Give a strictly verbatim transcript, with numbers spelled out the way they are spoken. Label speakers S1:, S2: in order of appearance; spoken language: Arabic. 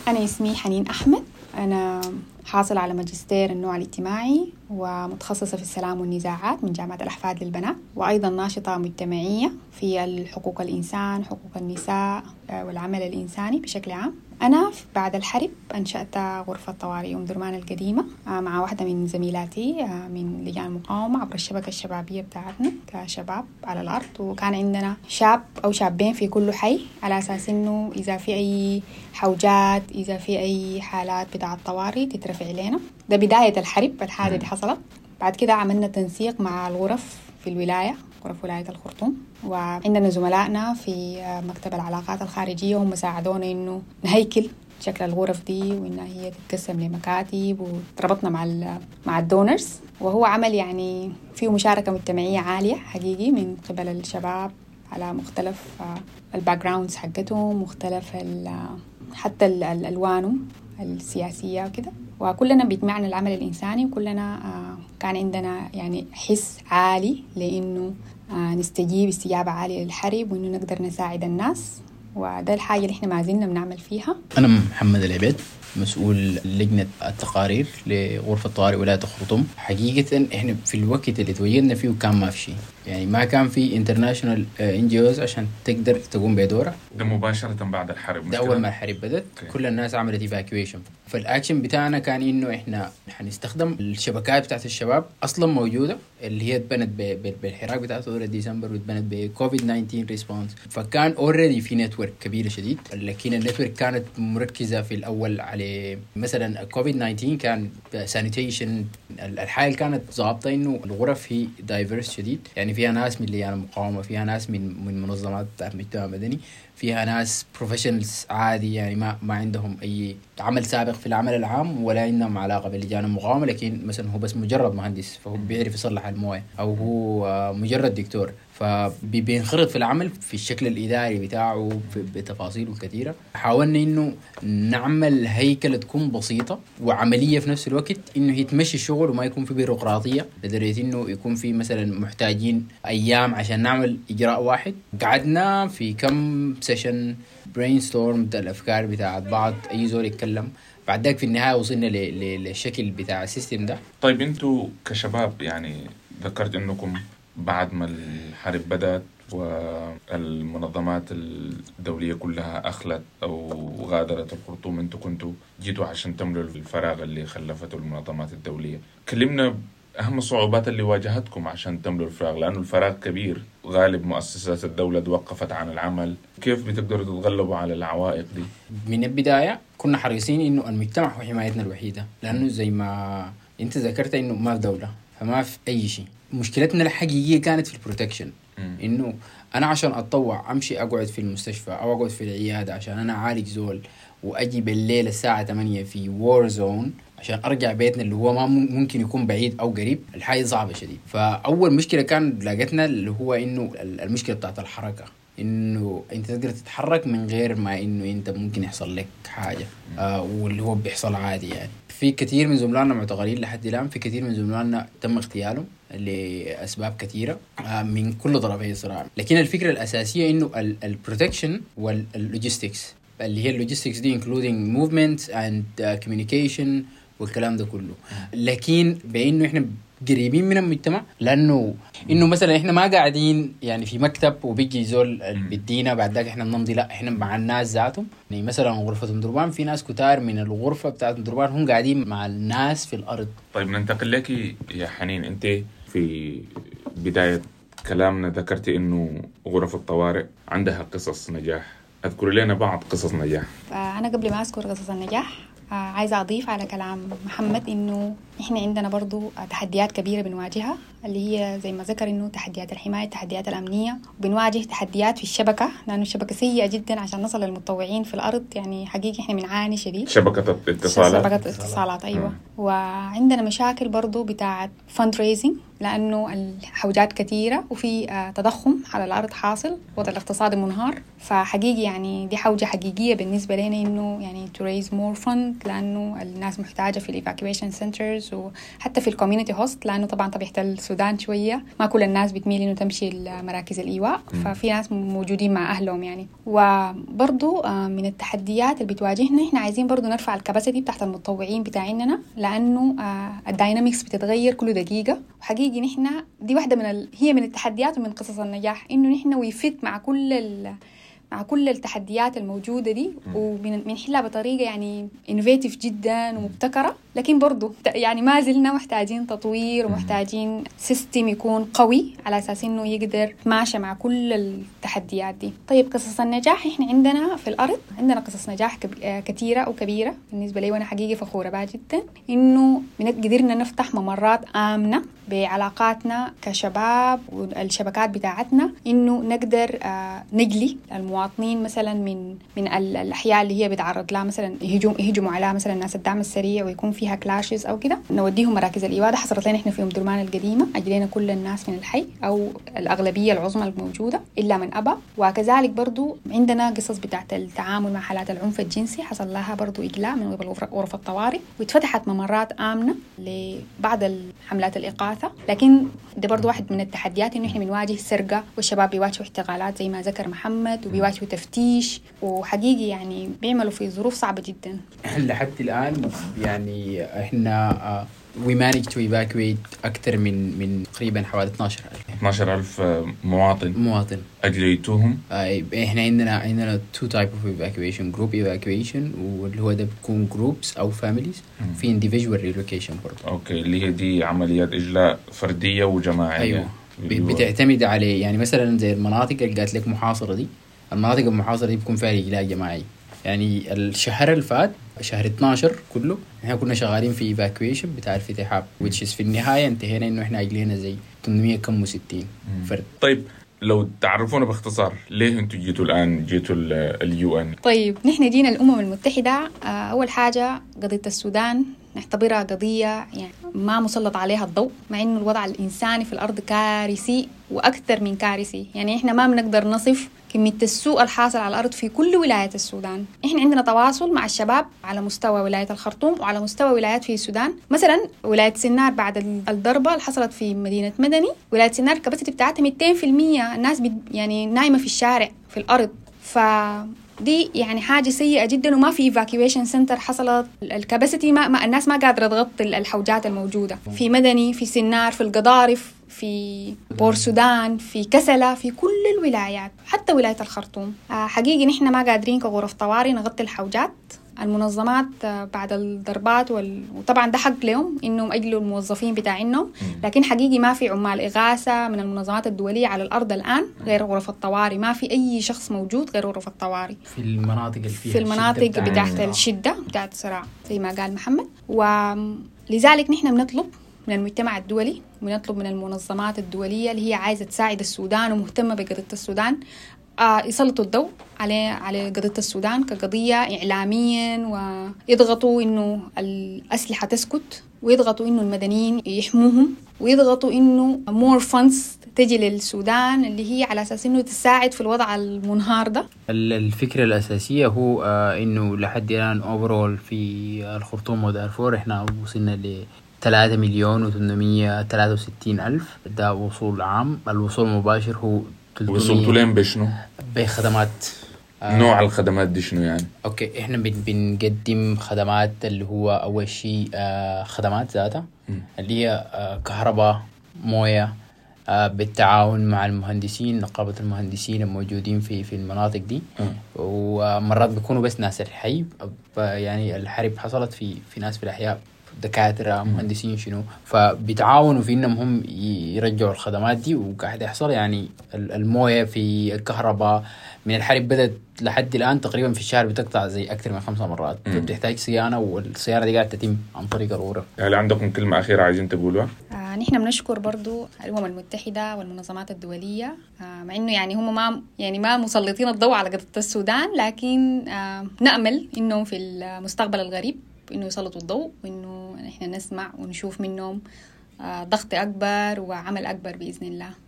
S1: أنا اسمي حنين أحمد. أنا حاصل على ماجستير النوع الاجتماعي ومتخصصة في السلام والنزاعات من جامعة الأحفاد للبنات، وأيضا ناشطة مجتمعية في الحقوق الإنسان، حقوق النساء والعمل الإنساني بشكل عام. أنا بعد الحرب أنشأت غرفة طوارئ أم درمان القديمة مع واحدة من زميلاتي من لجان المقاومة عبر الشبكة الشبابية بتاعتنا كشباب على الأرض، وكان عندنا شاب أو شابين في كل حي على أساس إنه إذا في أي حوجات، إذا في أي حالات بتاعة طوارئ تترفع لنا. ده بداية الحرب الحادثة دي حصلت. بعد كده عملنا تنسيق مع الغرف في الولاية، غرف ولاية الخرطوم، وعندنا زملائنا في مكتب العلاقات الخارجية هم ساعدونا إنه نهيكل شكل الغرف دي وإنها هي تتقسم لمكاتب، وتربطنا مع مع الدونرز، وهو عمل يعني فيه مشاركة مجتمعية عالية حقيقي من قبل الشباب على مختلف الباك جراوندز حقتهم، مختلف حتى الألوانهم السياسية وكده، وكلنا بيجمعنا العمل الإنساني، وكلنا كان عندنا يعني حس عالي لأنه نستجيب استجابة عالية للحرب وإنه نقدر نساعد الناس، وده الحاجة اللي إحنا ما زلنا بنعمل فيها.
S2: أنا محمد العبيد، مسؤول لجنة التقارير لغرفة طوارئ ولاية الخرطوم. حقيقة إحنا في الوقت اللي توجدنا فيه كان ما في شيء، يعني ما كان في انترناشونال ان جي اوز عشان تقدر تقوم بدورها.
S3: ده مباشرة بعد الحرب،
S2: ده أول ما الحرب بدت okay. كل الناس عملت ايفاكيويشن. فالأكشن بتاعنا كان إنه إحنا حنستخدم الشبكات بتاعت الشباب أصلا موجودة اللي هي اتبنت بالحراك بتاعت ثورة ديسمبر واتبنت بكوفيد تسعة عشر ريسبونس، فكان اوريدي في نتورك كبيرة شديد، لكن النتورك كانت مركزة في الأول على مثلا كوفيد تسعة عشر كان سانيتيشن. الحال كانت ضابطة إنه الغرف هي دايفيرس شديد، يعني فيها ناس من لجان المقاومة، فيها ناس من من منظمات بتاعت المجتمع المدني، فيها ناس بروفيشنالز عادي يعني ما ما عندهم أي عمل سابق في العمل العام ولا عندهم علاقة بلجان المقاومة، لكن مثلا هو بس مجرد مهندس فهو بيعرف يصلح المويه، أو هو مجرد دكتور فبينخرط في العمل في الشكل الإداري بتاعه بتفاصيله كثيرة. حاولنا إنه نعمل هيكلة تكون بسيطة وعملية في نفس الوقت، إنه هي تمشي الشغل وما يكون في بيروقراطية لدرجة إنه يكون في مثلا محتاجين أيام عشان نعمل إجراء واحد. قعدنا في كم سيشن برينستورم الأفكار بتاعت بعض، أي زول يتكلم، بعد ذلك في النهاية وصلنا للشكل بتاع السيستم ده.
S3: طيب أنتوا كشباب يعني ذكرت إنكم بعد ما الحرب بدأت والمنظمات الدولية كلها أخلت أو غادرت الخرطوم، أنتوا كنتوا جيتوا عشان تملوا الفراغ اللي خلفته المنظمات الدولية. كلمنا أهم الصعوبات اللي واجهتكم عشان تملوا الفراغ، لأنه الفراغ كبير، غالب مؤسسات الدولة توقفت عن العمل، كيف بتقدروا تتغلبوا على العوائق دي؟
S2: من البداية كنا حريصين إنه المجتمع هو حمايتنا الوحيدة، لأنه زي ما أنت ذكرت إنه ما في دولة فما في أي شيء. مشكلتنا الحقيقية كانت في البروتكشن، إنه أنا عشان أتطوع أمشي أقعد في المستشفى أو أقعد في العيادة عشان أنا عالج زول، وأجي بالليل الساعة ثمانية في وور زون عشان أرجع بيتنا اللي هو ما ممكن يكون بعيد أو قريب، الحاجة صعبة شديد. فأول مشكلة كان لقيتنا اللي هو إنه المشكلة بتاعت الحركة، إنه أنت تقدر تتحرك من غير ما إنه أنت ممكن يحصل لك حاجة، آه واللي هو بيحصل عادي. يعني في كثير من زملائنا معتقلين لحد الآن، في كثير من زملائنا تم اغتيالهم لأسباب كثيرة من كل طرفي الصراع. لكن الفكرة الأساسية إنه البروتكشن واللوجيستكس، اللي هي اللوجيستكس دي including movement and uh, communication والكلام ده كله. لكن بإنه إحنا قريبين من المجتمع، لأنه إنه مثلا إحنا ما قاعدين يعني في مكتب وبيجي زول بدينا بعد ذاك إحنا نمضي، لا إحنا مع الناس ذاتهم. يعني مثلا غرفة أم درمان في ناس كتار من الغرفة بتاعت أم درمان هم قاعدين مع الناس في الأرض.
S3: طيب ننتقل لك يا حنين، أنت في بداية كلامنا ذكرت إنه غرف الطوارئ عندها قصص نجاح، أذكر لنا بعض قصص نجاح.
S1: أنا قبل ما أذكر قصص النجاح عايزة أضيف على كلام محمد إنه إحنا عندنا برضو تحديات كبيرة بنواجهها، اللي هي زي ما ذكر إنه تحديات الحماية، تحديات الأمنية، وبنواجه تحديات في الشبكة لأنه الشبكة سيئة جدا عشان نصل للمتطوعين في الأرض. يعني حقيقي إحنا بنعاني شديد.
S3: شبكة اتصالات.
S1: شبكة اتصالات أيوة. م. وعندنا مشاكل برضو بتاعة fundraising، لأنه الحوجات كثيرة وفي تضخم على الأرض حاصل، وضع الاقتصادي منهار. فحقيقي يعني دي حوجة حقيقية بالنسبة لنا إنه يعني to raise more fund، لأنه الناس محتاجة في ال evacuation centers وحتى في ال community host، لأنه طبعا طبيعة السودان شوية ما كل الناس بتميل إنه تمشي لمراكز الإيواء، ففي ناس موجودين مع أهلهم يعني. وبرضو من التحديات اللي بتواجهنا إحنا عايزين برضو نرفع الكباسيتي بتاعت المتطوعين بتاعيننا، لأنه الدايناميكس بتتغير كل دقيقة. وحقيقي نحن دي واحدة من ال... هي من التحديات ومن قصص النجاح، إنه نحن ويفت مع كل ال... مع كل التحديات الموجودة دي، ومن حلها بطريقة يعني innovative جدا ومبتكرة، لكن برضو يعني ما زلنا محتاجين تطوير ومحتاجين سيستم يكون قوي على أساس إنه يقدر ماشي مع كل التحديات دي. طيب قصص النجاح إحنا عندنا في الأرض عندنا قصص نجاح كثيرة وكبيرة بالنسبة لي، وأنا حقيقي فخورة بها جدا إنه قدرنا نفتح ممرات آمنة بعلاقاتنا كشباب والشبكات بتاعتنا، إنه نقدر نجلي المواطنين مثلا من من الأحياء اللي هي بتعرض لها مثلا يهجم يهجموا عليها مثلا ناس الدعم السريع ويكون فيها كلاشز أو كده، نوديهم مراكز الإيواء. حصلت لنا إحنا في أم درمان القديمة، أجلينا كل الناس من الحي أو الأغلبية العظمى الموجودة إلا من أبى. وكذلك برضو عندنا قصص بتاعت التعامل مع حالات العنف الجنسي، حصل لها برضو إجلاء من قبل غرف الطوارئ، واتفتحت ممرات آمنة لبعض الحملات الإغاثة. لكن ده برضو واحد من التحديات، إنه إحنا بنواجه سرقة والشباب بيواجهوا احتغالات زي ما ذكر محمد، وبيواجهوا تفتيش، وحقيقي يعني بيعملوا في ظروف صعبة جدا.
S2: لحد الآن يعني إحنا we managed to evacuate أكثر من من تقريبا حوالي اثناشر ألف
S3: اثناشر ألف مواطن
S2: مواطن
S3: أجليتوهم.
S2: إحنا عندنا عندنا two type of evacuation، group evacuation واللي هو ده بتكون groups أو families، في individual relocation برضه.
S3: أوكي، اللي هي دي عمليات إجلاء فردية وجماعية.
S2: أيوة. بتعتمد عليه يعني مثلا زي المناطق اللي قالت لك محاصرة دي، المناطق المحاصرة دي بيكون فيها إجلاء جماعي. يعني الشهر الفات شهر اثناشر كله احنا كنا شغالين في evacuation بتاع الفتحاب which is في النهاية انتهينا انه احنا اجلينا زي ثمانمية وستين فرد.
S3: طيب لو تعرفونا باختصار ليه انتوا جيتوا الآن جيتوا اليو ان؟
S1: طيب نحن جينا الأمم المتحدة، أول حاجة قضية السودان نعتبرها قضية يعني ما مسلط عليها الضوء، مع إنه الوضع الإنساني في الأرض كارثي وأكثر من كارثي. يعني إحنا ما بنقدر نصف كمية السوء الحاصل على الأرض في كل ولايات السودان. إحنا عندنا تواصل مع الشباب على مستوى ولاية الخرطوم وعلى مستوى ولايات في السودان. مثلا ولاية سنار بعد الضربة اللي حصلت في مدينة مدني، ولاية سنار الكباسيتي بتاعتها مئتين بالمية الناس يعني نايمة في الشارع في الأرض. ف دي يعني حاجة سيئة جدا، وما في evacuation center حصلت. الكباسيتي ما, ما الناس ما قادرة تغطي الحوجات الموجودة في مدني، في سنار، في القضارف، في بور سودان، في كسلة، في كل الولايات، حتى ولاية الخرطوم. حقيقي نحن ما قادرين كغرف طوارئ نغطي الحوجات. المنظمات بعد الضربات وال... وطبعا ده حق لهم انهم اجلوا الموظفين بتاعينهم، لكن حقيقي ما في عمال اغاثه من المنظمات الدوليه على الارض الان غير غرف الطوارئ. ما في اي شخص موجود غير غرف الطوارئ
S2: في المناطق اللي فيها
S1: في المناطق بتاعت الشده بتاعت الصراع زي ما قال محمد. ولذلك نحن بنطلب من المجتمع الدولي ونطلب من المنظمات الدوليه اللي هي عايزه تساعد السودان ومهتمه بقضيه السودان يسلطوا الضوء على على قضية السودان كقضية إعلاميا، ويضغطوا إنه الأسلحة تسكت، ويضغطوا إنه المدنيين يحموهم، ويضغطوا إنه more funds تجي للسودان اللي هي على أساس إنه تساعد في الوضع المنهار ده.
S2: الفكرة الأساسية هو إنه لحد الآن overall في الخرطوم ودارفور إحنا وصلنا ل ثلاثة مليون وثمانمية وثلاثة وستين ألف. ده وصول عام. الوصول المباشر هو
S3: وصلتوا لين بشنو؟
S2: بخدمات.
S3: آه نوع الخدمات دي شنو يعني؟
S2: اوكي احنا بنقدم خدمات اللي هو اول شيء آه خدمات ذاتها اللي هي آه كهرباء، مويه، آه بالتعاون مع المهندسين، نقابة المهندسين الموجودين في في المناطق دي. م. ومرات بيكونوا بس ناس الحي، يعني الحرب حصلت في في ناس في الاحياء دكاترة مهندسين شنو، فبيتعاونوا في انهم هم يرجعوا الخدمات دي. وقاعد يحصل يعني المويه في الكهرباء من الحرب بدأت لحد الآن تقريبا في الشهر بتقطع زي أكثر من خمسة مرات، فبتحتاج صيانة، والصيانة دي قاعدة تتم عن طريق الغرف.
S3: هل عندكم كلمة أخيرة عايزين تقولوها؟
S1: آه نحن بنشكر برضو الأمم المتحدة والمنظمات الدولية، آه مع إنه يعني هم ما يعني ما مسلطين الضوء على قضية السودان، لكن آه نأمل إنهم في المستقبل القريب إنه يسلطوا الضوء، وإنه إحنا نسمع ونشوف منهم ضغط أكبر وعمل أكبر بإذن الله.